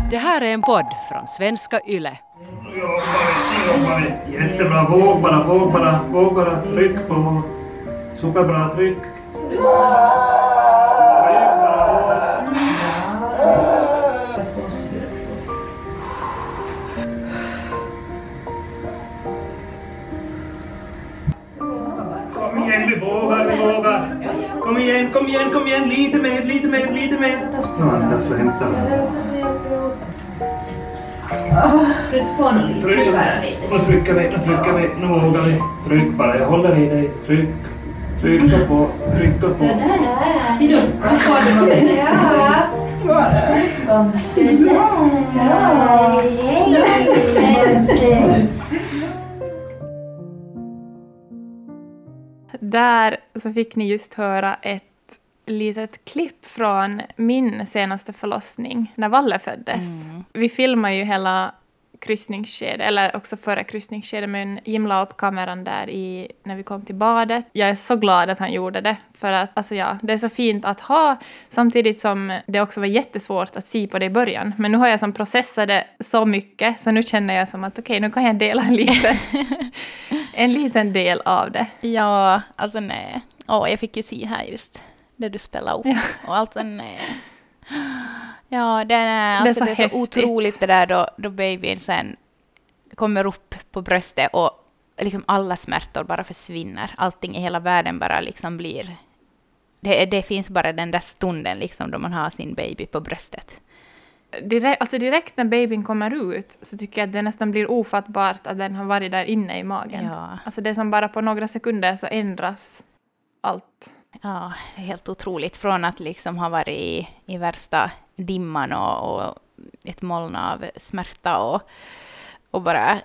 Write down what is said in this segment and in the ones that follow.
Det här är en podd från Svenska Yle. Jättebra, våg bara, tryck på, superbra tryck. Kom igen, vi vågar. Kom igen, lite mer. Nu andas och hämta. Trycker vi, nu vågar vi. Tryck bara, jag håller i dig. Trycka på. Där så fick ni just höra ett litet klipp från min senaste förlossning när Valle föddes. Vi filmar ju hela kryssningsskedet, eller också före kryssningsskedet, men Jim la upp kameran där när vi kom till badet. Jag är så glad att han gjorde det, för att det är så fint att ha, samtidigt som det också var jättesvårt att se på det i början. Men nu har jag som processade så mycket, så nu känner jag som att okej, nu kan jag dela en liten del av det. Ja, alltså nej. Jag fick ju se här just det du spelar upp. Ja. Och alltså nej. Ja, det är så otroligt det där då babyn sen kommer upp på bröstet och liksom alla smärtor bara försvinner. Allting i hela världen bara liksom blir... Det finns bara den där stunden liksom då man har sin baby på bröstet. Direkt när babyn kommer ut så tycker jag att det nästan blir ofattbart att den har varit där inne i magen. Ja. Alltså det är som bara på några sekunder så ändras allt. Ja, det är helt otroligt. Från att liksom ha varit i värsta dimman och ett moln av smärta och bara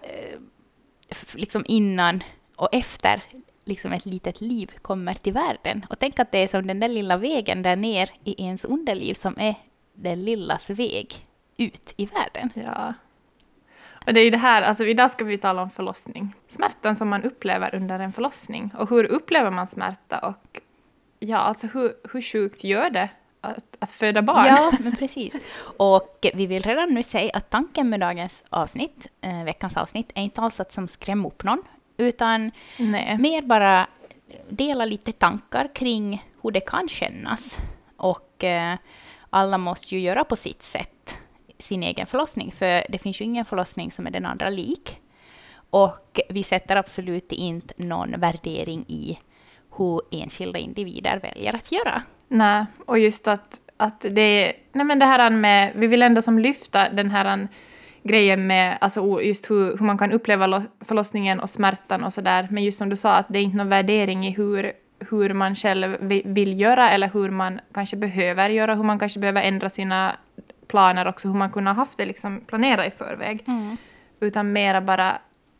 liksom innan och efter liksom ett litet liv kommer till världen. Och tänk att det är som den där lilla vägen där ner i ens underliv som är den lillas väg ut i världen. Ja. Och det är ju det här, alltså idag ska vi tala om förlossning. Smärtan som man upplever under en förlossning. Och hur upplever man smärta och ja, alltså hur sjukt gör det att föda barn? Ja, men precis. Och vi vill redan nu säga att tanken med dagens avsnitt, veckans avsnitt, är inte alls att som skrämma upp någon, utan mer bara dela lite tankar kring hur det kan kännas. Och alla måste ju göra på sitt sätt sin egen förlossning, för det finns ju ingen förlossning som är den andra lik. Och vi sätter absolut inte någon värdering i hur enskilda individer väljer att göra. Nej, och just att det här med, vi vill ändå som lyfta den här grejen med, alltså just hur man kan uppleva förlossningen och smärtan och sådär, men just som du sa att det är inte någon värdering i hur man själv vill göra eller hur man kanske behöver göra, hur man kanske behöver ändra sina planer också, hur man kunde ha haft det liksom planera i förväg. Utan mera bara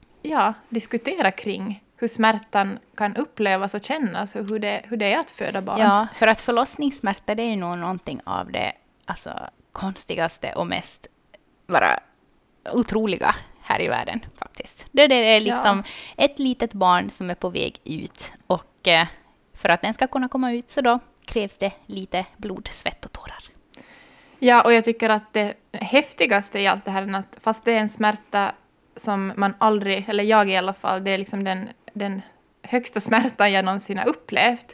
diskutera kring hur smärtan kan upplevas och kännas och hur det är att föda barn. Ja, för att förlossningssmärta, det är ju nog någonting av det konstigaste och mest bara otroliga här i världen faktiskt. Det är liksom ett litet barn som är på väg ut, och för att den ska kunna komma ut så då krävs det lite blod, svett och tårar. Ja, och jag tycker att det häftigaste i allt det här är att fast det är en smärta som man aldrig, eller jag i alla fall, det är liksom den högsta smärtan jag någonsin har upplevt.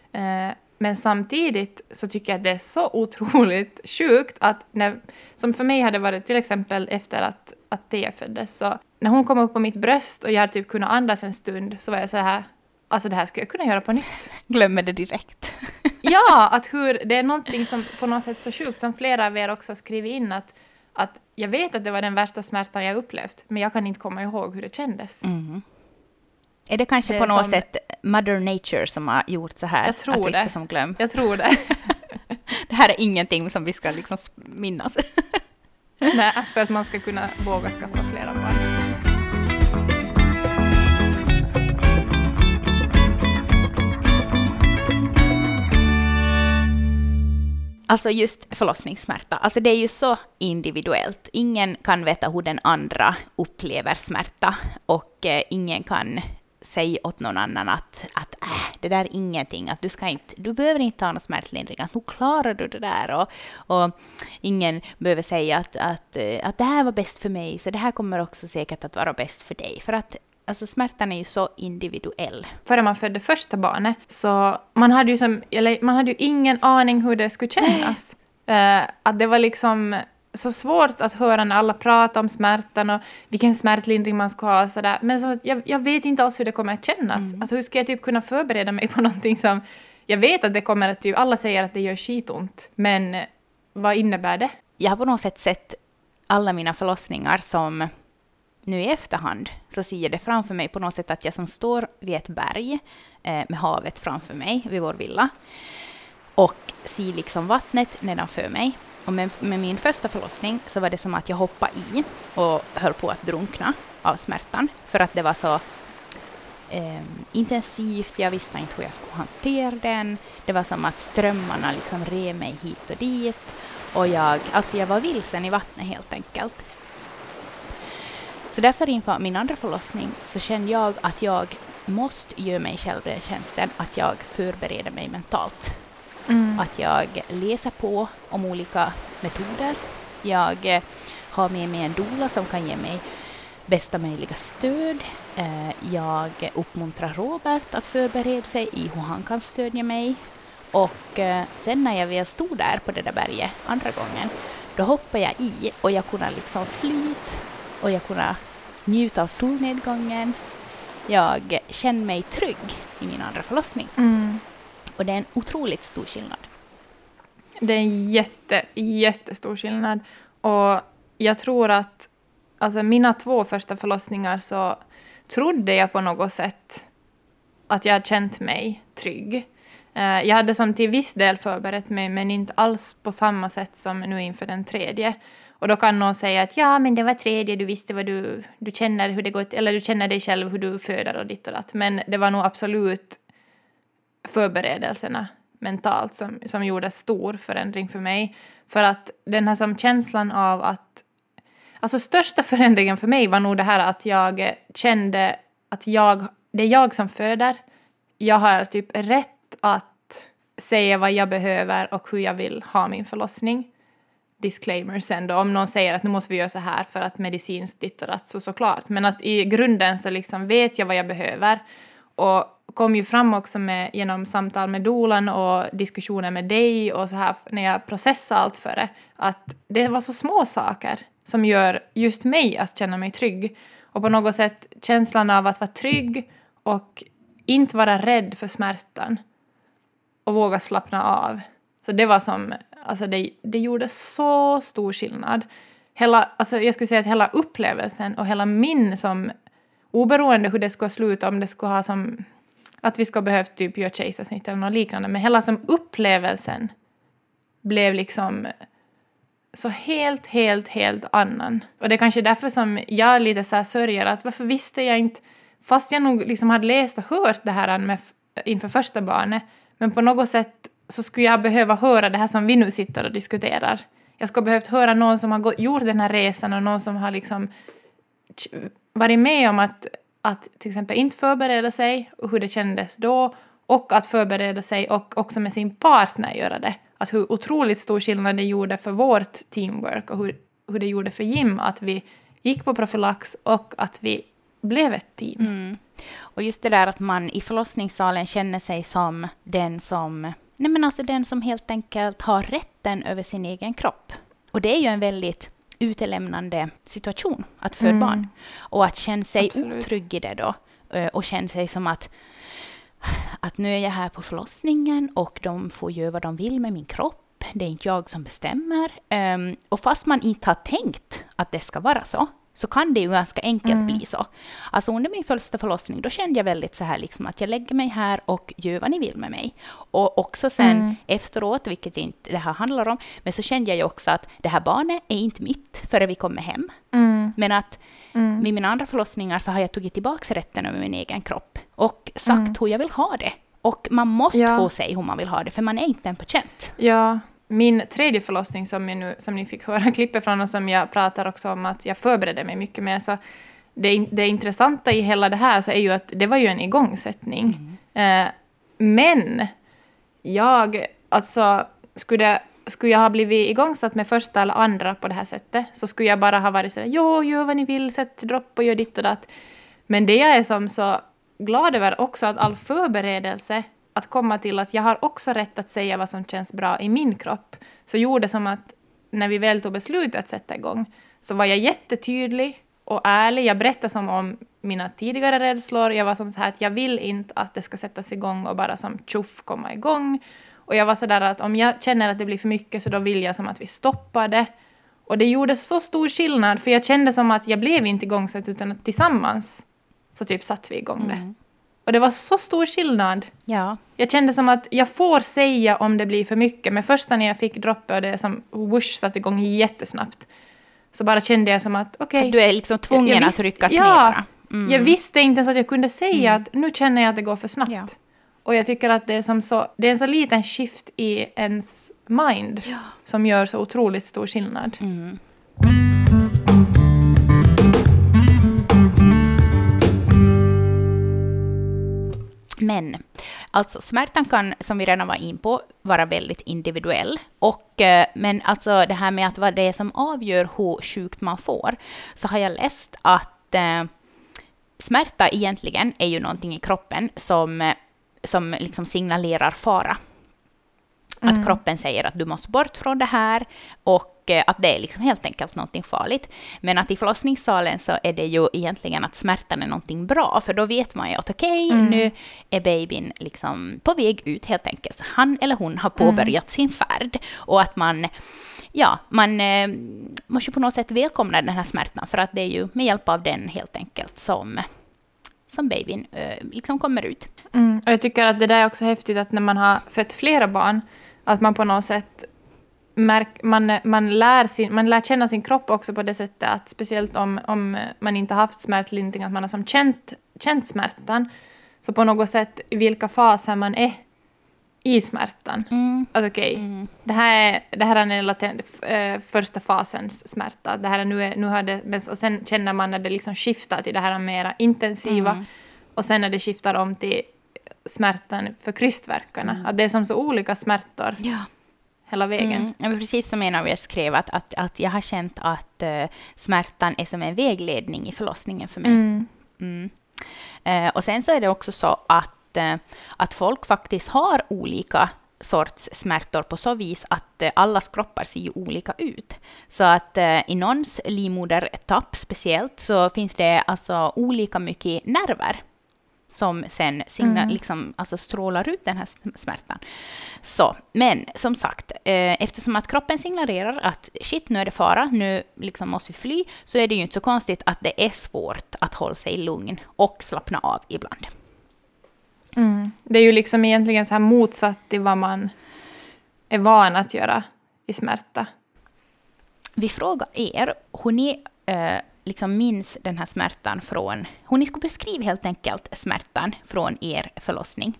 Men samtidigt så tycker jag att det är så otroligt sjukt att som för mig hade varit till exempel efter att Thea föddes, så när hon kom upp på mitt bröst och jag typ kunde andas en stund, så var jag så här, alltså det här skulle jag kunna göra på nytt. Glömmer det direkt. Ja, att det är någonting som på något sätt så sjukt, som flera av er också har skrivit in, att jag vet att det var den värsta smärtan jag upplevt, men jag kan inte komma ihåg hur det kändes. Är det kanske på något sätt Mother Nature som har gjort så här? Jag tror att vi ska som glöm? Jag tror det. Det här är ingenting som vi ska liksom minnas. Nej, för att man ska kunna våga skaffa flera barn. Alltså just förlossningssmärta, alltså det är ju så individuellt. Ingen kan veta hur den andra upplever smärta, och ingen kan säga åt någon annan att det där är ingenting, att du behöver inte ha någon smärtlindring, att nu klarar du det där, och ingen behöver säga att det här var bäst för mig, så det här kommer också säkert att vara bäst för dig, för att alltså smärtan är ju så individuell. Före man födde första barnet så man hade ju ingen aning hur det skulle kännas. Att det var liksom så svårt att höra när alla pratar om smärtan och vilken smärtlindring man ska ha och sådär. Men så, jag vet inte alls hur det kommer att kännas. Alltså hur ska jag typ kunna förbereda mig på någonting som jag vet att det kommer att typ, alla säger att det gör skitont. Men vad innebär det? Jag har på något sätt sett alla mina förlossningar som nu i efterhand så ser jag det framför mig på något sätt att jag som står vid ett berg med havet framför mig vid vår villa och ser liksom vattnet nedanför mig. Och med min första förlossning så var det som att jag hoppade i och höll på att drunkna av smärtan. För att det var så intensivt, jag visste inte hur jag skulle hantera den. Det var som att strömmarna liksom rev mig hit och dit. Och jag var vilsen i vattnet helt enkelt. Så därför inför min andra förlossning så kände jag att jag måste göra mig själv den tjänsten att jag förbereder mig mentalt. Att jag läser på om olika metoder. Jag har med mig en doula som kan ge mig bästa möjliga stöd. Jag uppmuntrar Robert att förbereda sig i hur han kan stödja mig. Och sen när jag väl stod där på det där berget andra gången, då hoppade jag i och jag kunde liksom flyt och jag kunde njuta av solnedgången. Jag kände mig trygg i min andra förlossning. Och det är en otroligt stor skillnad. Det är en jättestor skillnad. Och jag tror att alltså mina 2 första förlossningar så trodde jag på något sätt att jag hade känt mig trygg. Jag hade som till viss del förberett mig, men inte alls på samma sätt som nu inför den 3:e. Och då kan någon säga att ja, men det var 3:e, du visste vad du känner hur det går, eller du känner dig själv hur du föder och ditt och datt. Men det var nog absolut förberedelserna mentalt som gjorde stor förändring för mig. För att den här som känslan av att alltså största förändringen för mig var nog det här att jag kände att det är jag som föder. Jag har typ rätt att säga vad jag behöver och hur jag vill ha min förlossning. Disclaimer sen då, om någon säger att nu måste vi göra så här för att medicinskt ditt och datt, så såklart. Men att i grunden så liksom vet jag vad jag behöver. Och kom ju fram också genom samtal med doulan och diskussioner med dig och så här när jag processade allt för det. Att det var så små saker som gör just mig att känna mig trygg. Och på något sätt känslan av att vara trygg och inte vara rädd för smärtan. Och våga slappna av. Så det var som, alltså det gjorde så stor skillnad. Jag skulle säga att hela upplevelsen och hela min som, oberoende hur det skulle sluta, om det skulle ha som, att vi skulle behövt typ göra kejsarsnitt eller något liknande. Men hela som upplevelsen blev liksom så helt annan. Och det är kanske därför som jag lite så här sörjer att varför visste jag inte, fast jag nog liksom hade läst och hört det här inför första barnet. Men på något sätt så skulle jag behöva höra det här som vi nu sitter och diskuterar. Jag skulle behövt höra någon som har gjort den här resan och någon som har liksom varit med om att till exempel inte förbereda sig och hur det kändes då, och att förbereda sig och också med sin partner göra det. Att hur otroligt stor skillnad det gjorde för vårt teamwork och hur det gjorde för Jim att vi gick på profylax och att vi blev ett team. Och just det där att man i förlossningssalen känner sig som den som helt enkelt har rätten över sin egen kropp. Och det är ju en väldigt utelämnande situation att föda barn. Och att känna sig otrygg i det då. Och känna sig som att nu är jag här på förlossningen och de får göra vad de vill med min kropp. Det är inte jag som bestämmer. Och fast man inte har tänkt att det ska vara så kan det ju ganska enkelt bli så. Alltså under min första förlossning då kände jag väldigt så här liksom att jag lägger mig här och gör vad ni vill med mig. Och också sen efteråt, vilket inte det här handlar om, men så kände jag ju också att det här barnet är inte mitt förrän vi kommer hem. Men att vid mina andra förlossningar så har jag tagit tillbaka rätten över min egen kropp och sagt hur jag vill ha det. Och man måste få säga hur man vill ha det, för man är inte en patient. Ja. Min 3:e förlossning som ni fick höra klippet från och som jag pratar också om att jag förberedde mig mycket med, så det intressanta i hela det här så är ju att det var ju en igångsättning. Men skulle jag ha blivit igångsatt med första eller andra på det här sättet, så skulle jag bara ha varit sådär, gör vad ni vill, sätt dropp och gör ditt och datt. Men det jag är som så glad över också, att all förberedelse att komma till att jag har också rätt att säga vad som känns bra i min kropp, så gjorde som att när vi väl tog beslutet att sätta igång, så var jag jättetydlig och ärlig. Jag berättade som om mina tidigare rädslor. Jag var som så här att jag vill inte att det ska sättas igång och bara som tjoff komma igång. Och jag var så där att om jag känner att det blir för mycket, så då vill jag som att vi stoppar det. Och det gjorde så stor skillnad, för jag kände som att jag blev inte igångsatt, utan att tillsammans så typ satt vi igång det. Och det var så stor skillnad. Ja. Jag kände som att jag får säga om det blir för mycket. Men första när jag fick droppet och det som whoosh satt igång jättesnabbt, så bara kände jag som att okej. Du är liksom tvungen att ryckas ner. Ja, jag visste inte ens att jag kunde säga att nu känner jag att det går för snabbt. Ja. Och jag tycker att det är en så liten shift i ens mind som gör så otroligt stor skillnad. Men alltså smärtan kan, som vi redan var in på, vara väldigt individuell. Men alltså det här med att vad det är som avgör hur sjukt man får, så har jag läst att smärta egentligen är ju någonting i kroppen som liksom signalerar fara. Att kroppen säger att du måste bort från det här, och att det är liksom helt enkelt någonting farligt. Men att i förlossningssalen så är det ju egentligen att smärtan är någonting bra, för då vet man ju att nu är babyn liksom på väg ut helt enkelt. Han eller hon har påbörjat sin färd, och att man måste på något sätt välkomna den här smärtan, för att det är ju med hjälp av den helt enkelt som babyn liksom kommer ut. Och jag tycker att det där är också häftigt, att när man har fött flera barn, att man på något sätt man lär känna sin kropp också på det sättet, att speciellt om man inte har haft smärtlindring, att man har som känt smärtan, så på något sätt i vilka faser man är i smärtan. Att det här är en första fasens smärta. Det här är och sen känner man när det liksom skiftar till det här mera intensiva, och sen när det skiftar om till smärtan för krystvärkarna. Att det är som så olika smärtor hela vägen. Ja, men precis som en av er skrev, att jag har känt att smärtan är som en vägledning i förlossningen för mig. Och sen så är det också så att folk faktiskt har olika sorts smärtor på så vis att allas kroppar ser ju olika ut. Så att i någons livmodertapp speciellt så finns det alltså olika mycket nerver som sen liksom, alltså strålar ut den här smärtan. Så, men som sagt, eftersom att kroppen signalerar att shit, nu är det fara, nu liksom måste vi fly, så är det ju inte så konstigt att det är svårt att hålla sig lugn och slappna av ibland. Det är ju liksom egentligen så här motsatt till vad man är van att göra i smärta. Vi frågar er hur ni liksom minns den här smärtan från, hur ni skulle beskriva helt enkelt smärtan från er förlossning.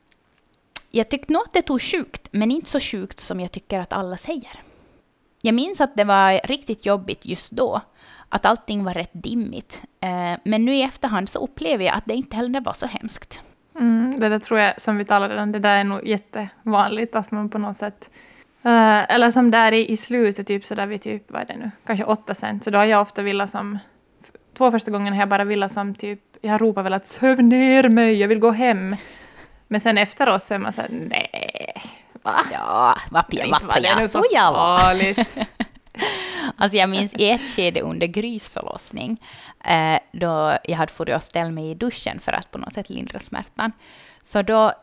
Jag tyckte nog att det tog sjukt, men inte så sjukt som jag tycker att alla säger. Jag minns att det var riktigt jobbigt just då, att allting var rätt dimmigt. Men nu i efterhand så upplever jag att det inte heller var så hemskt. Det där tror jag, som vi talade om, det där är nog jättevanligt, att man på något sätt eller som där i slutet, typ så där vi typ, vad är det nu, kanske 8 cent, så då har jag ofta velat som 2 första gångerna har jag bara velat som typ, jag ropar väl att söv ner mig, jag vill gå hem, men sen efteråt så är man så här, nej, va? Ja, vad jag så jag var. Alltså jag minns ett skede under Grys förlossning, då jag hade fått att ställa mig i duschen för att på något sätt lindra smärtan. Så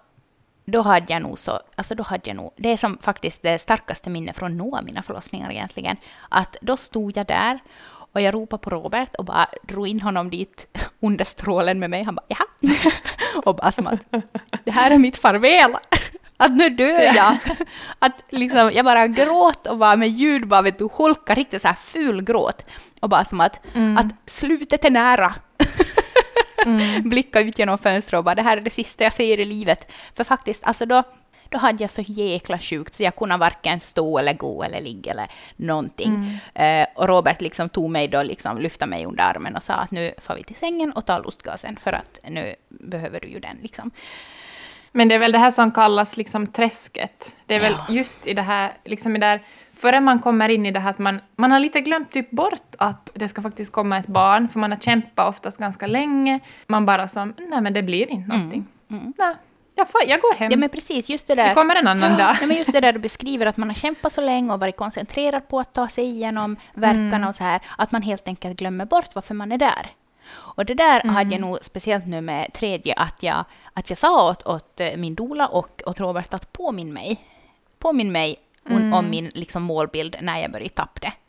då hade jag nog, det är som faktiskt det starkaste minne från några av mina förlossningar egentligen, att då stod jag där och jag ropade på Robert och bara drog in honom dit under strålen med mig. Han bara, ja. Och bara som att, det här är mitt farväl. Att nu dör jag. Att liksom, jag bara gråt och bara med ljud bara, vet du, holkar riktigt så här ful gråt. Och bara som att slutet är nära. Blicka ut genom fönstret och bara, det här är det sista jag ser i livet. För faktiskt, alltså då då hade jag så jäkla sjukt så jag kunde varken stå eller gå eller ligga eller någonting. Och Robert liksom tog mig då, liksom lyfte mig under armen och sa att nu får vi till sängen och tar lustgasen för att nu behöver du ju den liksom. Men det är väl det här som kallas liksom träsket. Det är väl just i det här, liksom i där, före man kommer in i det här att man har lite glömt typ bort att det ska faktiskt komma ett barn, för man har kämpat oftast ganska länge. Man bara som, nej men det blir inte någonting. Nej, jag går hem. Ja men precis, just det där. Det kommer en annan dag. Ja, men just det där du beskriver att man har kämpat så länge och varit koncentrerad på att ta sig igenom verkarna och så här, att man helt enkelt glömmer bort varför man är där. Och det där hade jag nog speciellt nu med tredje, att jag sa åt min doula och åt Robert att påminn mig om min liksom målbild när jag började tappa det.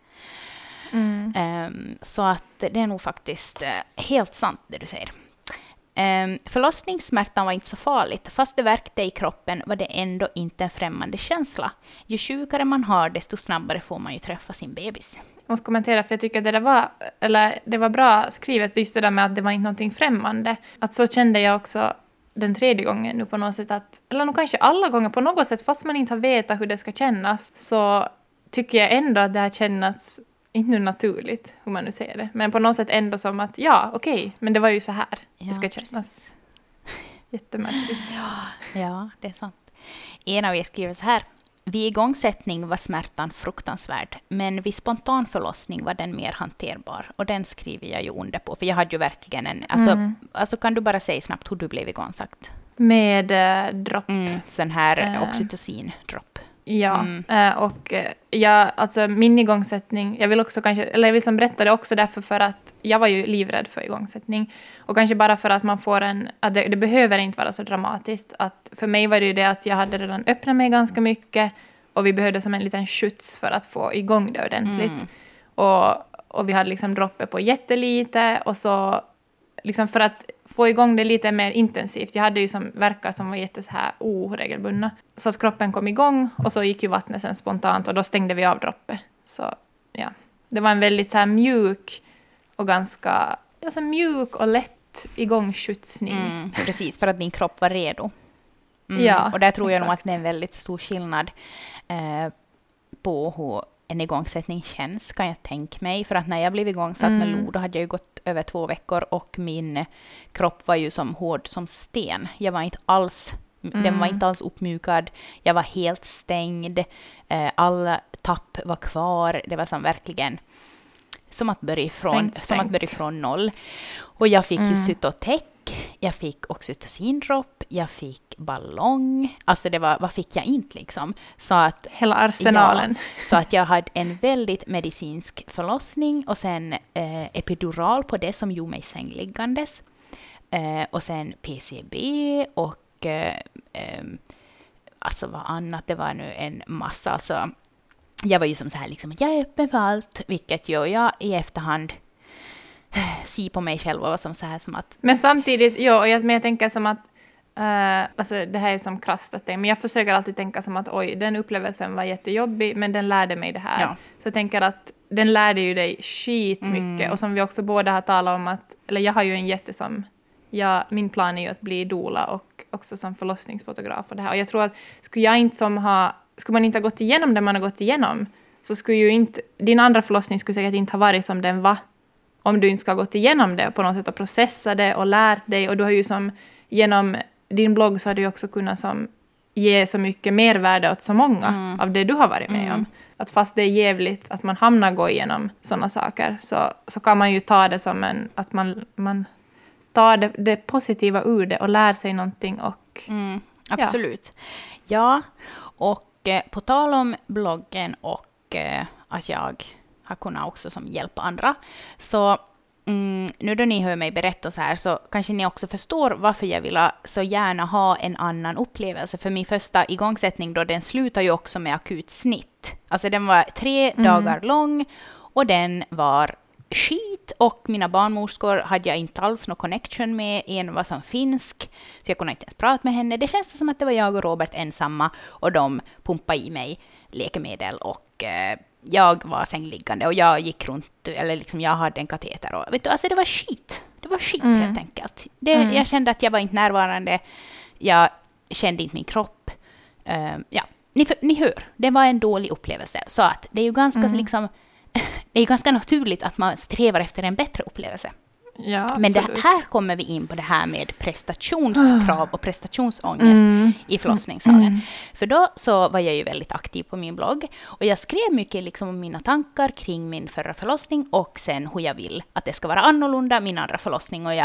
Så att det är nog faktiskt helt sant det du säger. Förlossningssmärtan var inte så farligt. Fast det värkte i kroppen var det ändå inte en främmande känsla. Ju sjukare man har, desto snabbare får man ju träffa sin bebis. Jag måste kommentera, för jag tycker att det var bra skrivet, just det där med att det var inte någonting främmande. Att så kände jag också den tredje gången nu på något sätt, eller nog kanske alla gånger på något sätt, fast man inte har vetat hur det ska kännas, så tycker jag ändå att det har kännats, inte nu naturligt hur man nu säger det, men på något sätt ändå som att okej, men det var ju så här det ska kännas. Jättemärkligt. Ja, det är sant. En av er skriver så här: vid igångsättning var smärtan fruktansvärd, men vid spontan förlossning var den mer hanterbar. Och den skriver jag ju under på, för jag hade ju verkligen en... Alltså kan du bara säga snabbt hur du blev igångsatt? Med dropp. Sån här oxytocin-dropp. Ja, och alltså min igångsättning, jag vill som berätta det också därför för att jag var ju livrädd för igångsättning. Och kanske bara för att man får att det behöver inte vara så dramatiskt. Att för mig var det ju det att jag hade redan öppnat mig ganska mycket och vi behövde som en liten skjuts för att få igång det ordentligt. Och vi hade liksom droppet på jättelite och så liksom för att få igång det lite mer intensivt. Jag hade ju som verkar som var jätte så här oregelbundna. Så att kroppen kom igång och så gick ju vattnet sen spontant och då stängde vi av droppet. Så ja, det var en väldigt så här mjuk och ganska mjuk och lätt igångskjutsning. Precis, för att din kropp var redo. Ja, och där tror jag nog att det är en väldigt stor skillnad på hur en igångsättning känns, kan jag tänka mig. För att när jag blev igångsatt med Lo, då hade jag ju gått över 2 veckor och min kropp var ju som hård som sten. Jag var inte alls, den var inte alls uppmjukad. Jag var helt stängd. Alla tapp var kvar. Det var som verkligen som att börja från noll. Och jag fick ju Cytotec, jag fick oxytocindropp, jag fick ballong. Alltså det var, vad fick jag inte liksom? Så att hela arsenalen. Ja, så att jag hade en väldigt medicinsk förlossning och sen epidural på det som gjorde mig sängliggandes. Och sen PCB och alltså vad annat, det var nu en massa. Alltså, jag var ju som så här liksom, jag är öppen för allt, vilket gör jag i efterhand se på mig själv och var som så här som att... Men samtidigt, men jag tänker som att alltså det här är som krasst att det, men jag försöker alltid tänka som att den upplevelsen var jättejobbig, men den lärde mig det här. Ja. Så jag tänker att den lärde ju dig skit mycket och som vi också båda har talat om att, eller jag har ju en min plan är ju att bli doula och också som förlossningsfotograf och det här. Och jag tror att skulle man inte ha gått igenom det man har gått igenom, så skulle ju inte, din andra förlossning skulle säkert inte ha varit som den var om du inte ska ha gått igenom det på något sätt och processa det och lärt dig. Och du har ju som genom din blogg så har du också kunnat som ge så mycket mervärde åt så många av det du har varit med om. Att fast det är jävligt att man hamnar gå igenom sådana saker, så kan man ju ta det som att man tar det positiva ur det och lär sig någonting. Och, absolut. Ja, och på tal om bloggen och att jag har kunnat också som hjälpa andra, så nu då ni hör mig berätta så här, så kanske ni också förstår varför jag vill så gärna ha en annan upplevelse. För min första igångsättning då, den slutar ju också med akut snitt. Alltså den var 3 dagar lång och den var skit, och mina barnmorskor hade jag inte alls någon connection med. En var som finsk, så jag kunde inte ens prata med henne. Det känns som att det var jag och Robert ensamma och de pumpade i mig läkemedel och jag var sängliggande och jag gick runt, eller liksom jag hade en kateter och vet du, alltså det var skit. Det var skit helt enkelt. Jag kände att jag var inte närvarande. Jag kände inte min kropp. ja, ni hör, det var en dålig upplevelse. Så att det är ju ganska liksom, det är ganska naturligt att man strävar efter en bättre upplevelse. Ja, men här kommer vi in på det här med prestationskrav och prestationsångest i förlossningssalen. För då så var jag ju väldigt aktiv på min blogg. Och jag skrev mycket liksom om mina tankar kring min förra förlossning. Och sen hur jag vill att det ska vara annorlunda min andra förlossning. Och jag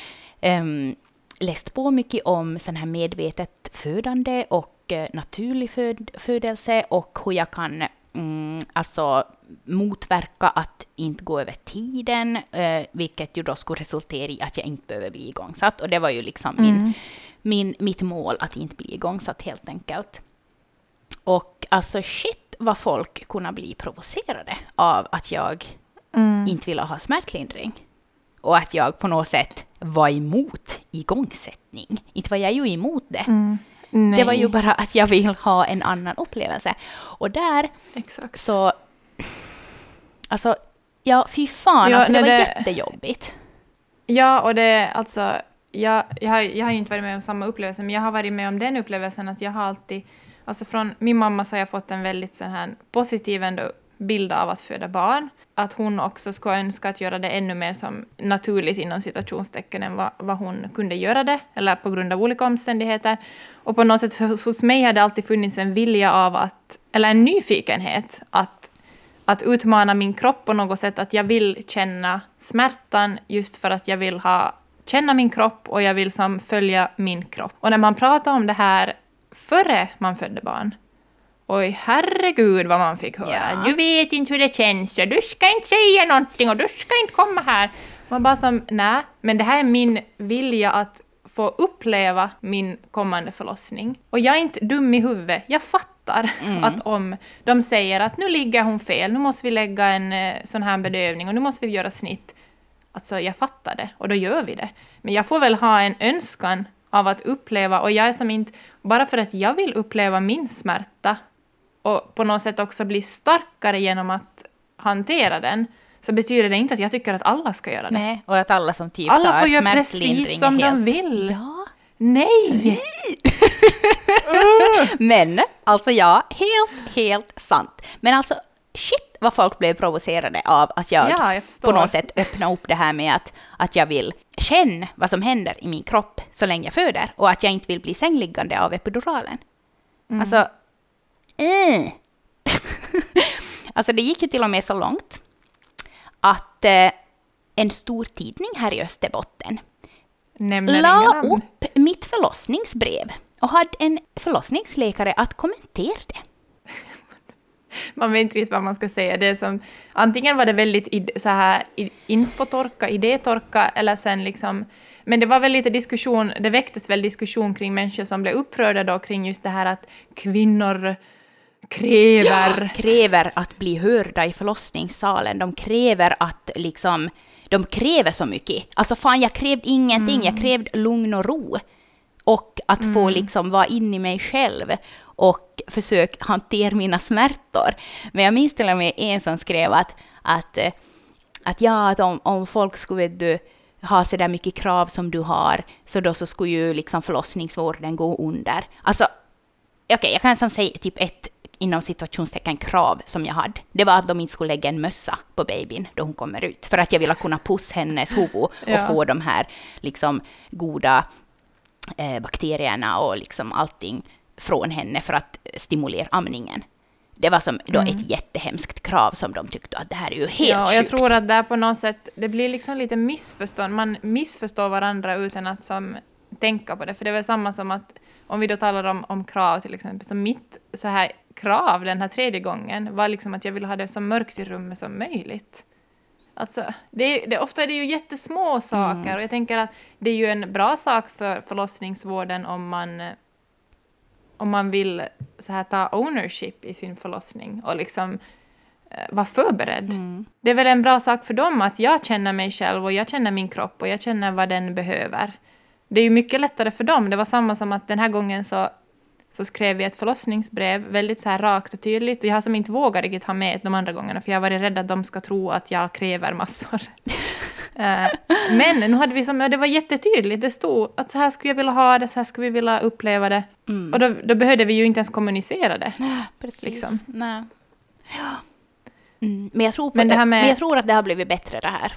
läst på mycket om sån här medvetet födande och naturlig födelse. Och hur jag kan alltså motverka att inte gå över tiden, vilket ju då skulle resultera i att jag inte behöver bli igångsatt. Och det var ju liksom mitt mål, att inte bli igångsatt helt enkelt. Och alltså shit vad folk kunde bli provocerade av att jag inte ville ha smärtlindring. Och att jag på något sätt var emot igångsättning. Inte var jag ju emot det. Det var ju bara att jag vill ha en annan upplevelse. Och där så... Alltså, ja, fy fan. Alltså, det var jättejobbigt. Ja, och det alltså... Jag har ju inte varit med om samma upplevelse, men jag har varit med om den upplevelsen att jag har alltid... Alltså från min mamma så har jag fått en väldigt sån här positiv ändå bild av att föda barn. Att hon också skulle önska att göra det ännu mer som naturligt inom citationstecken än vad hon kunde göra det. Eller på grund av olika omständigheter. Och på något sätt hos mig hade det alltid funnits en vilja av att... Eller en nyfikenhet att utmana min kropp på något sätt. Att jag vill känna smärtan just för att jag vill känna min kropp och jag vill följa min kropp. Och när man pratar om det här före man födde barn. Oj, herregud vad man fick höra. Ja. Du vet inte hur det känns och du ska inte säga någonting och du ska inte komma här. Man bara nej, men det här är min vilja att få uppleva min kommande förlossning. Och jag är inte dum i huvudet. Jag fattar att om de säger att nu ligger hon fel, nu måste vi lägga en sån här bedövning och nu måste vi göra snitt. Alltså jag fattar det och då gör vi det. Men jag får väl ha en önskan av att uppleva, och jag är som inte, bara för att jag vill uppleva min smärta och på något sätt också bli starkare genom att hantera den, så betyder det inte att jag tycker att alla ska göra det. Nej, och att alla som typ alla får göra precis som de vill. Ja. Nej! Men, alltså ja, helt sant. Men alltså, shit vad folk blev provocerade av att jag på något sätt öppnar upp det här med att jag vill känna vad som händer i min kropp så länge jag föder. Och att jag inte vill bli sängliggande av epiduralen. Alltså, alltså det gick ju till och med så långt att en stor tidning här i Österbotten la upp mitt förlossningsbrev och hade en förlossningsläkare att kommentera det. Man vet inte riktigt vad man ska säga. Det är som, antingen var det väldigt så här infotorka, idétorka, eller sen liksom... Men det var väl lite diskussion, det väcktes väl diskussion kring människor som blev upprörda då kring just det här att kvinnor kräver att bli hörda i förlossningssalen. De kräver att liksom... De kräver så mycket. Alltså fan, jag krävde ingenting. Jag krävde lugn och ro. Och att få liksom vara inne i mig själv. Och försökt hantera mina smärtor. Men jag minns till och med en som skrev att om folk skulle ha så där mycket krav som du har, så då så skulle ju liksom förlossningsvården gå under. Alltså, okej, jag kan som säga typ ett inom situationstecken krav som jag hade. Det var att de inte skulle lägga en mössa på babyn då hon kommer ut. För att jag ville kunna pussa hennes huvud och få de här liksom goda bakterierna och liksom allting från henne för att stimulera amningen. Det var som då ett jättehemskt krav som de tyckte att det här är ju helt sjukt. Jag tror att där på något sätt, det blir liksom lite missförstånd. Man missförstår varandra utan att som tänka på det. För det är väl samma som att, om vi då talar om krav till exempel, så mitt så här krav den här 3:e gången var liksom att jag ville ha det så mörkt i rummet som möjligt. Alltså, ofta är det ju jättesmå saker och jag tänker att det är ju en bra sak för förlossningsvården om man vill så här ta ownership i sin förlossning och liksom vara förberedd. Det är väl en bra sak för dem att jag känner mig själv och jag känner min kropp och jag känner vad den behöver. Det är ju mycket lättare för dem. Det var samma som att den här gången så skrev vi ett förlossningsbrev väldigt så här rakt och tydligt. Och jag har som inte vågat riktigt ha med de andra gångerna för jag var rädd att de ska tro att jag kräver massor. Men nu hade vi det var jättetydligt. Det stod att så här skulle jag vilja ha det, så här skulle vi vilja uppleva det. Och då behövde vi ju inte ens kommunicera det. Precis. Liksom. Nej. Ja. Men jag tror men jag tror att det har blivit bättre det här.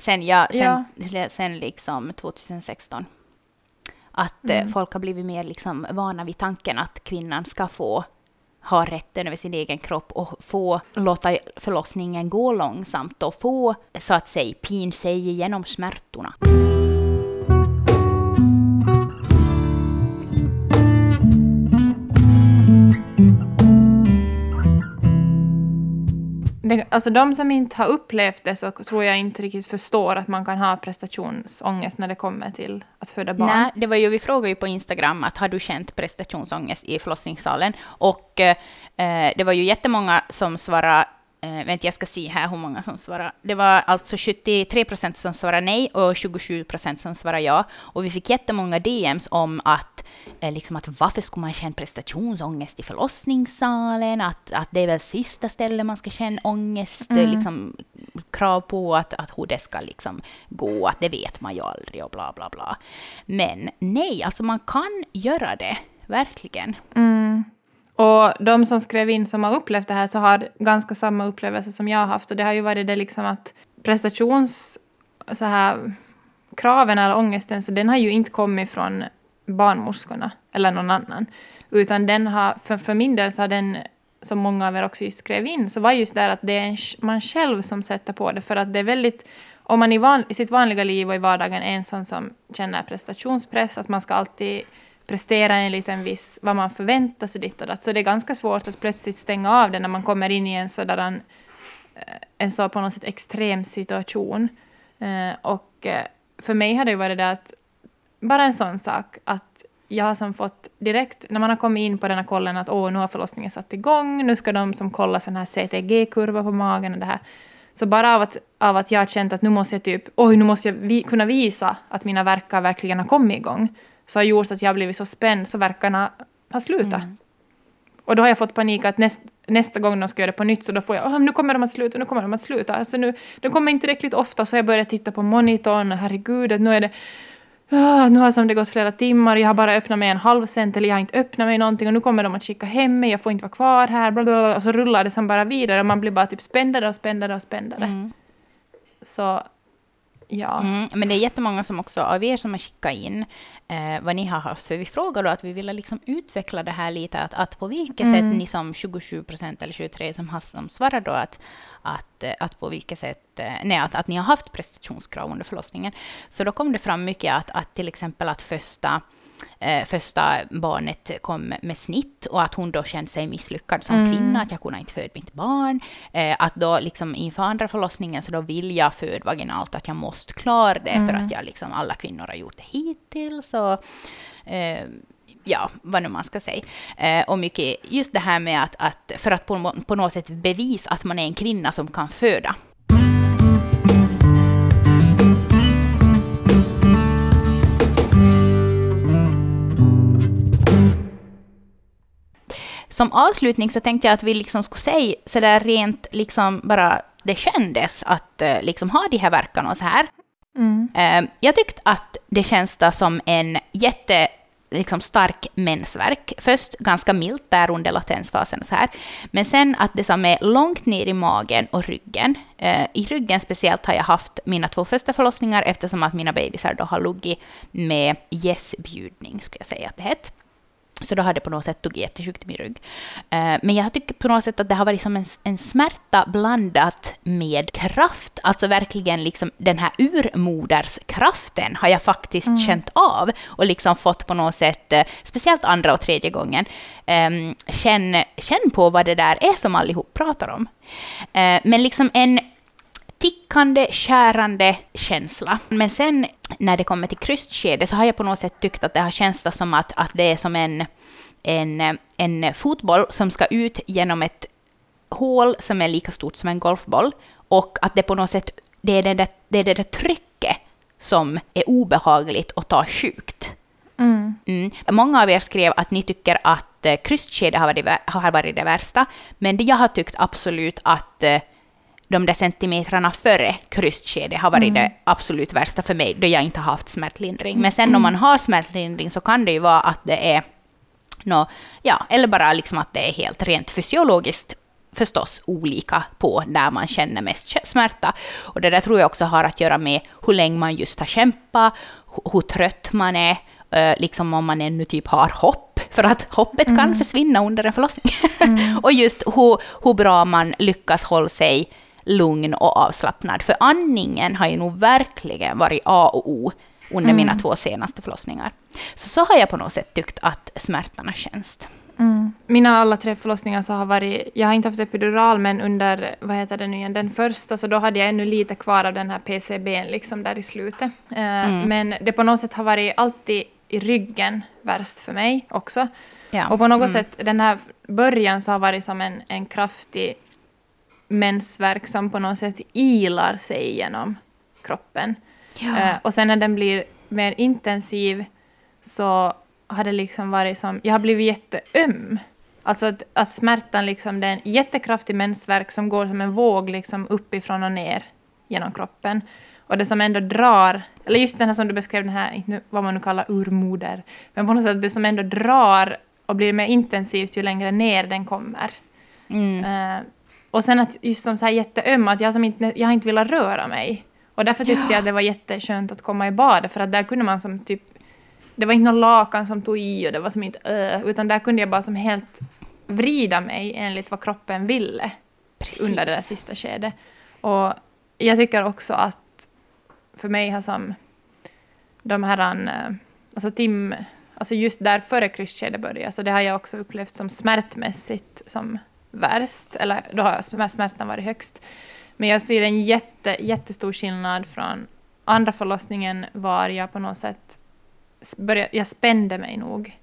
Sen liksom 2016. Att folk har blivit mer liksom vana vid tanken att kvinnan ska få ha rätten över sin egen kropp och få låta förlossningen gå långsamt och få, så att säga, pin sig igenom smärtorna. Alltså de som inte har upplevt det så tror jag inte riktigt förstår att man kan ha prestationsångest när det kommer till att föda barn. Nej, vi frågade ju på Instagram att har du känt prestationsångest i förlossningssalen? Och det var ju jättemånga som svarade, jag ska se här hur många som svarade. Det var alltså 73% som svarade nej och 27% som svarade ja. Och vi fick jättemånga DMs om att varför ska man känna prestationsångest i förlossningssalen? Att det är väl sista stället man ska känna ångest. Krav på att hur det ska gå. Att det vet man ju aldrig och bla bla bla. Men nej, alltså man kan göra det. Verkligen. Och de som skrev in som har upplevt det här så har ganska samma upplevelse som jag har haft. Och det har ju varit det att kraven eller ångesten, så den har ju inte kommit från barnmorskorna eller någon annan. Utan den har, för min del så har den, som många av er också skrev in, så var just där att det är man själv som sätter på det. För att det är väldigt, om man i sitt vanliga liv och i vardagen är en sån som känner prestationspress, att man ska alltid prestera en liten viss, vad man förväntar sig ditt och datt. Så det är ganska svårt att plötsligt stänga av det när man kommer in i en så på något sätt extrem situation. Och för mig har det varit det att bara en sån sak att jag har som fått direkt, när man har kommit in på den här kollen att nu har förlossningen satt igång, nu ska de som kolla sån här CTG-kurva på magen och det här. Så bara av att jag har känt att nu måste jag kunna visa att mina verkar verkligen har kommit igång, så har gjort att jag har blivit så spänd så verkarna har slutat. Och då har jag fått panik att nästa gång de ska göra det på nytt, så då får jag, nu kommer de att sluta. Alltså de kommer inte riktigt ofta, så jag börjar titta på monitorn och herregud, att nu är det nu har som det gått flera timmar, jag har bara öppnat mig en halv cent eller jag har inte öppnat mig någonting och nu kommer de att skicka hem mig, jag får inte vara kvar här, blablabla, och så rullar det som bara vidare och man blir bara typ spändare. Så ja. Men det är jättemånga som också av er som har skickat in vad ni har haft, för vi frågar då att vi vill utveckla det här lite, att på vilket sätt ni som 27% eller 23% som svarar då att på vilket sätt att ni har haft prestationskrav under förlossningen. Så då kom det fram mycket att till exempel att första barnet kom med snitt och att hon då kände sig misslyckad som kvinna, att jag kunde inte föda mitt barn, att då inför andra förlossningen så då vill jag föda vaginalt, att jag måste klara det för att jag alla kvinnor har gjort det hittills, och vad nu man ska säga. Och mycket just det här med att för att på något sätt bevisa att man är en kvinna som kan föda. Som avslutning så tänkte jag att vi skulle säga så där rent bara det kändes att ha de här verkarna och så här. Jag tyckte att det känns som en stark mensvärk. Först ganska milt där under latensfasen och så här. Men sen att det som är långt ner i magen och ryggen. I ryggen speciellt har jag haft mina 2 första förlossningar eftersom att mina bebisar då har luggit med gässbjudning, skulle jag säga att det heter. Så då har det på något sätt tagit jättesjukt i min rygg. Men jag tycker på något sätt att det har varit som en smärta blandat med kraft. Alltså verkligen den här urmoderskraften har jag faktiskt känt av. Och fått på något sätt, speciellt andra och tredje gången, känn på vad det där är som allihop pratar om. Men en tickande, kärande känsla. Men sen när det kommer till krystskede så har jag på något sätt tyckt att det har känts som att det är som en fotboll som ska ut genom ett hål som är lika stort som en golfboll, och att det på något sätt det är det där trycket som är obehagligt och tar sjukt. Många av er skrev att ni tycker att krystskede har varit det värsta, men jag har tyckt absolut att de där centimetrarna före krystskedet har varit det absolut värsta för mig, då jag inte har haft smärtlindring. Men sen om man har smärtlindring så kan det ju vara att det är eller bara liksom att det är helt rent fysiologiskt förstås olika på när man känner mest smärta. Och det där tror jag också har att göra med hur länge man just har kämpat, hur trött man är, liksom om man ännu typ har hopp, för att hoppet kan försvinna under en förlossning. Och just hur bra man lyckas hålla sig lugn och avslappnad. För andningen har ju nog verkligen varit A och O under mina 2 senaste förlossningar. Så har jag på något sätt tyckt att smärtan har känts. Mina alla 3 förlossningar så har varit, jag har inte haft epidural, men under, den första, så då hade jag ännu lite kvar av den här PCB:n liksom där i slutet. Men det på något sätt har varit alltid i ryggen värst för mig också. Ja. Och på något sätt, den här början så har varit som en kraftig mensvärk som på något sätt ilar sig genom kroppen. Ja. Och sen när den blir mer intensiv så har det liksom varit som, jag har blivit jätteöm. Alltså att smärtan liksom, det är en jättekraftig mensvärk som går som en våg liksom uppifrån och ner genom kroppen. Och det som ändå drar, eller just den här som du beskrev, den här, vad man nu kallar urmoder, men på något sätt det som ändå drar och blir mer intensivt ju längre ner den kommer. Och sen att just som så här jätteöm, att jag har inte velat röra mig. Och därför tyckte jag att det var jätteskönt att komma i badet, för att där kunde man som typ, det var inte någon lakan som tog i och det var som inte utan där kunde jag bara som helt vrida mig enligt vad kroppen ville. Precis. Under det där sista skedet. Och jag tycker också att för mig har som de här alltså just där före kryssskedet började, så det har jag också upplevt som smärtmässigt som värst, eller då har smärtan varit högst. Men jag ser en jättestor skillnad från andra förlossningen, var jag på något sätt jag spände mig nog.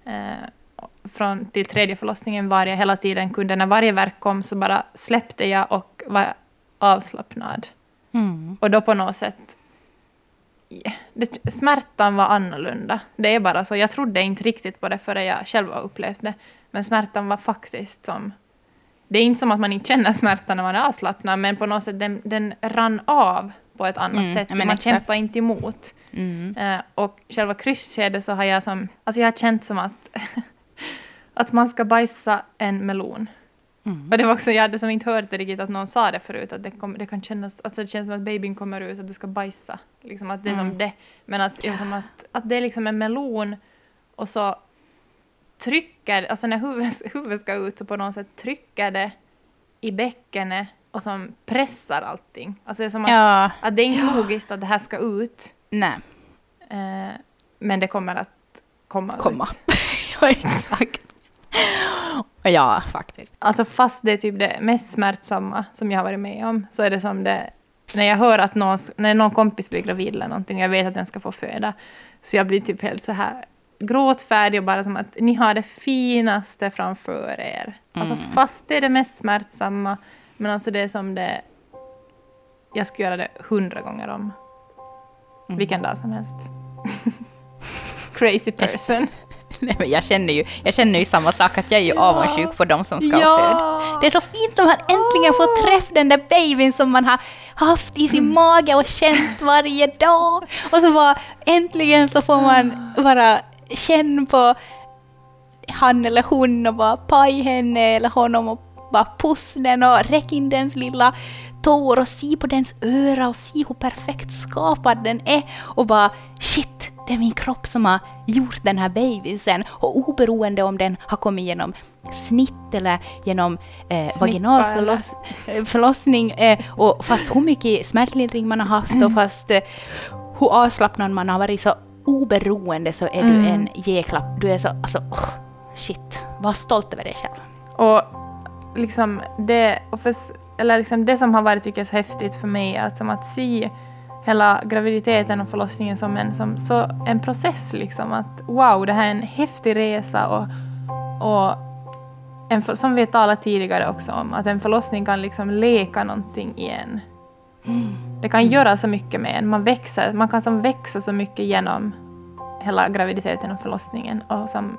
Från till 3:e förlossningen var jag hela tiden kunde, när varje verk kom så bara släppte jag och var avslappnad. Och då på något sätt smärtan var annorlunda. Det är bara så, jag trodde inte riktigt på det förrän jag själv har upplevt det. Men smärtan var faktiskt som, det är inte som att man inte känner smärtan när man är avslappnad, men på något sätt den rann av på ett annat sätt. Man exakt. Kämpar inte emot. Och själva kryssskedet så har jag som, alltså jag har känt som att man ska bajsa en melon. Och det var också, jag hade som inte hört det riktigt att någon sa det förut, att det kan kännas, alltså det känns som att babyn kommer ut, att du ska bajsa. Liksom att det är som det. Men att det är liksom en melon, och så trycker, alltså när huvudet ska ut, så på något sätt trycker det i bäckenet och som pressar allting. Alltså det är som att det är inte logiskt att det här ska ut. Nej. Men det kommer att komma. Ut. Ja, exakt. Ja, faktiskt. Alltså fast det är typ det mest smärtsamma som jag har varit med om, så är det som det, när jag hör att när någon kompis blir gravid eller någonting, jag vet att den ska få föda, så jag blir typ helt så här gråtfärdig och bara som att ni har det finaste framför er. Alltså fast det är det mest smärtsamma, men alltså det är som det, jag ska göra det 100 gånger om. Vilken dag som helst. Crazy person. Nej, men jag känner ju samma sak, att jag är ju avundsjuk på dem som ska ha född. Det är så fint om man äntligen får träffa den där babyn som man har haft i sin mage och känt varje dag. Och så bara äntligen så får man bara känna på han eller hon och bara paj henne eller honom och bara pussa den och räcka in dens lilla tår och se på dens öra och se hur perfekt skapad den är och bara shit, det är min kropp som har gjort den här babysen, och oberoende om den har kommit genom snitt eller genom vaginalförlossning och fast hur mycket smärtlindring man har haft och fast hur avslappnad man har varit, så oberoende så är du en G-klapp. Du är så, alltså, shit, var stolt över dig själv. Och liksom det, eller liksom det som har varit, tycker jag, så häftigt för mig, att som att se hela graviditeten och förlossningen som en process, liksom, att wow, det här är en häftig resa, och som vi talade tidigare också om, att en förlossning kan liksom leka någonting igen. Det kan göra så mycket med en, man kan som växa så mycket genom hela graviditeten och förlossningen, och som,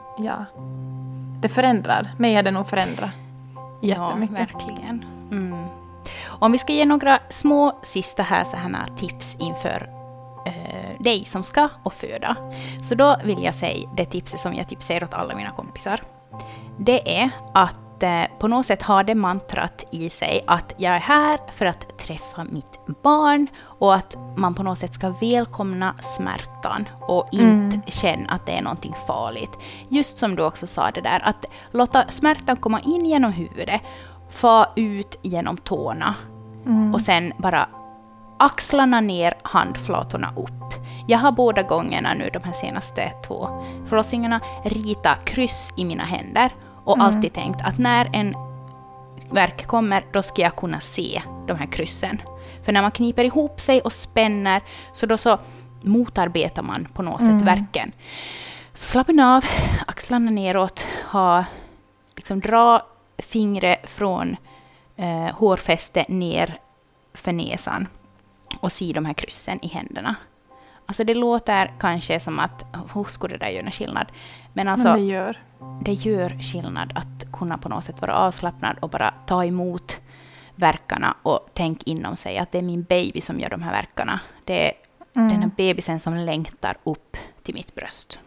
det förändrar, mig har det nog förändrat jättemycket. Ja, verkligen. Om vi ska ge några små sista här tips inför dig som ska och föda. Så då vill jag säga det tipset som jag tipsar åt alla mina kompisar. Det är att på något sätt ha det mantrat i sig att jag är här för att träffa mitt barn och att man på något sätt ska välkomna smärtan och inte känna att det är någonting farligt. Just som du också sa det där, att låta smärtan komma in genom huvudet, få ut genom tårna och sen bara axlarna ner, handflatorna upp. Jag har båda gångerna nu, de här senaste 2 förlossningarna, ritat kryss i mina händer och alltid tänkt att när en värk kommer, då ska jag kunna se de här kryssen. För när man kniper ihop sig och spänner, så motarbetar man på något sätt värken. Så slappna av, axlarna neråt, dra fingret från hårfäste ner för näsan och se de här kryssen i händerna. Alltså det låter kanske som att hur skulle det där göra skillnad? Men alltså det gör skillnad att kunna på något sätt vara avslappnad och bara ta emot verkarna och tänk inom sig att det är min baby som gör de här verkarna. Det är den här bebisen som längtar upp till mitt bröst.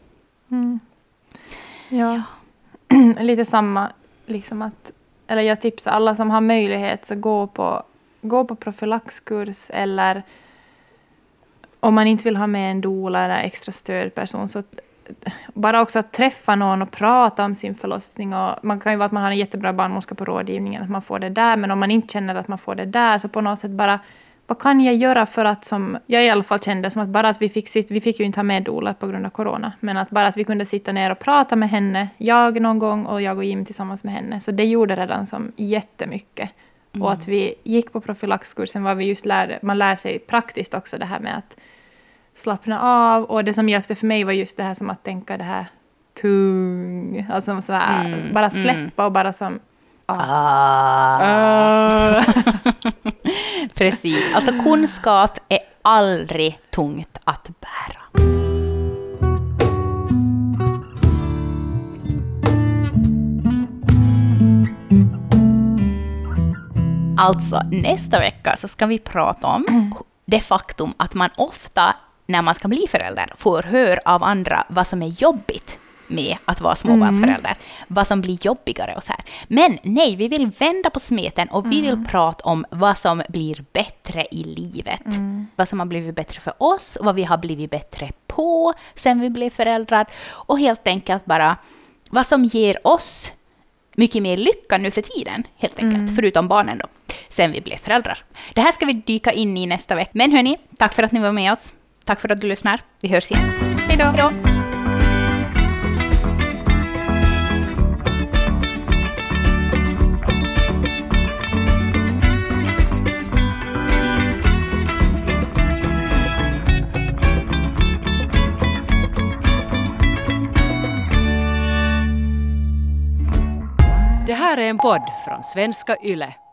Ja. Lite samma liksom att, eller jag tipsar alla som har möjlighet så gå på profylaxkurs, eller om man inte vill ha med en doula eller extra stödperson, så bara också att träffa någon och prata om sin förlossning. Och man kan ju vara att man har en jättebra barnmorska på rådgivningen, att man får det där, men om man inte känner att man får det där, så på något sätt bara, vad kan jag göra för att, som jag i alla fall kände, som att bara att vi fick ju inte ha med doula på grund av corona, men att bara att vi kunde sitta ner och prata med henne, jag någon gång och jag och Jim tillsammans med henne, så det gjorde redan som jättemycket. Och att vi gick på profylaxkursen var vi just man lär sig praktiskt också det här med att slappna av, och det som hjälpte för mig var just det här som att tänka det här tung, alltså så här, bara släppa och bara som Precis, alltså kunskap är aldrig tungt att bära. Alltså nästa vecka så ska vi prata om det faktum att man ofta när man ska bli förälder får höra av andra vad som är jobbigt med att vara småbarnsförälder. Vad som blir jobbigare och så här. Men nej, vi vill vända på smeten och vi vill prata om vad som blir bättre i livet. Vad som har blivit bättre för oss, vad vi har blivit bättre på sen vi blev föräldrar. Och helt enkelt bara vad som ger oss mycket mer lycka nu för tiden, helt enkelt. Förutom barnen då, sen vi blev föräldrar. Det här ska vi dyka in i nästa vecka. Men hörni, tack för att ni var med oss. Tack för att du lyssnar. Vi hörs igen. Hej då. Hej då. Det här är en podd från Svenska Yle.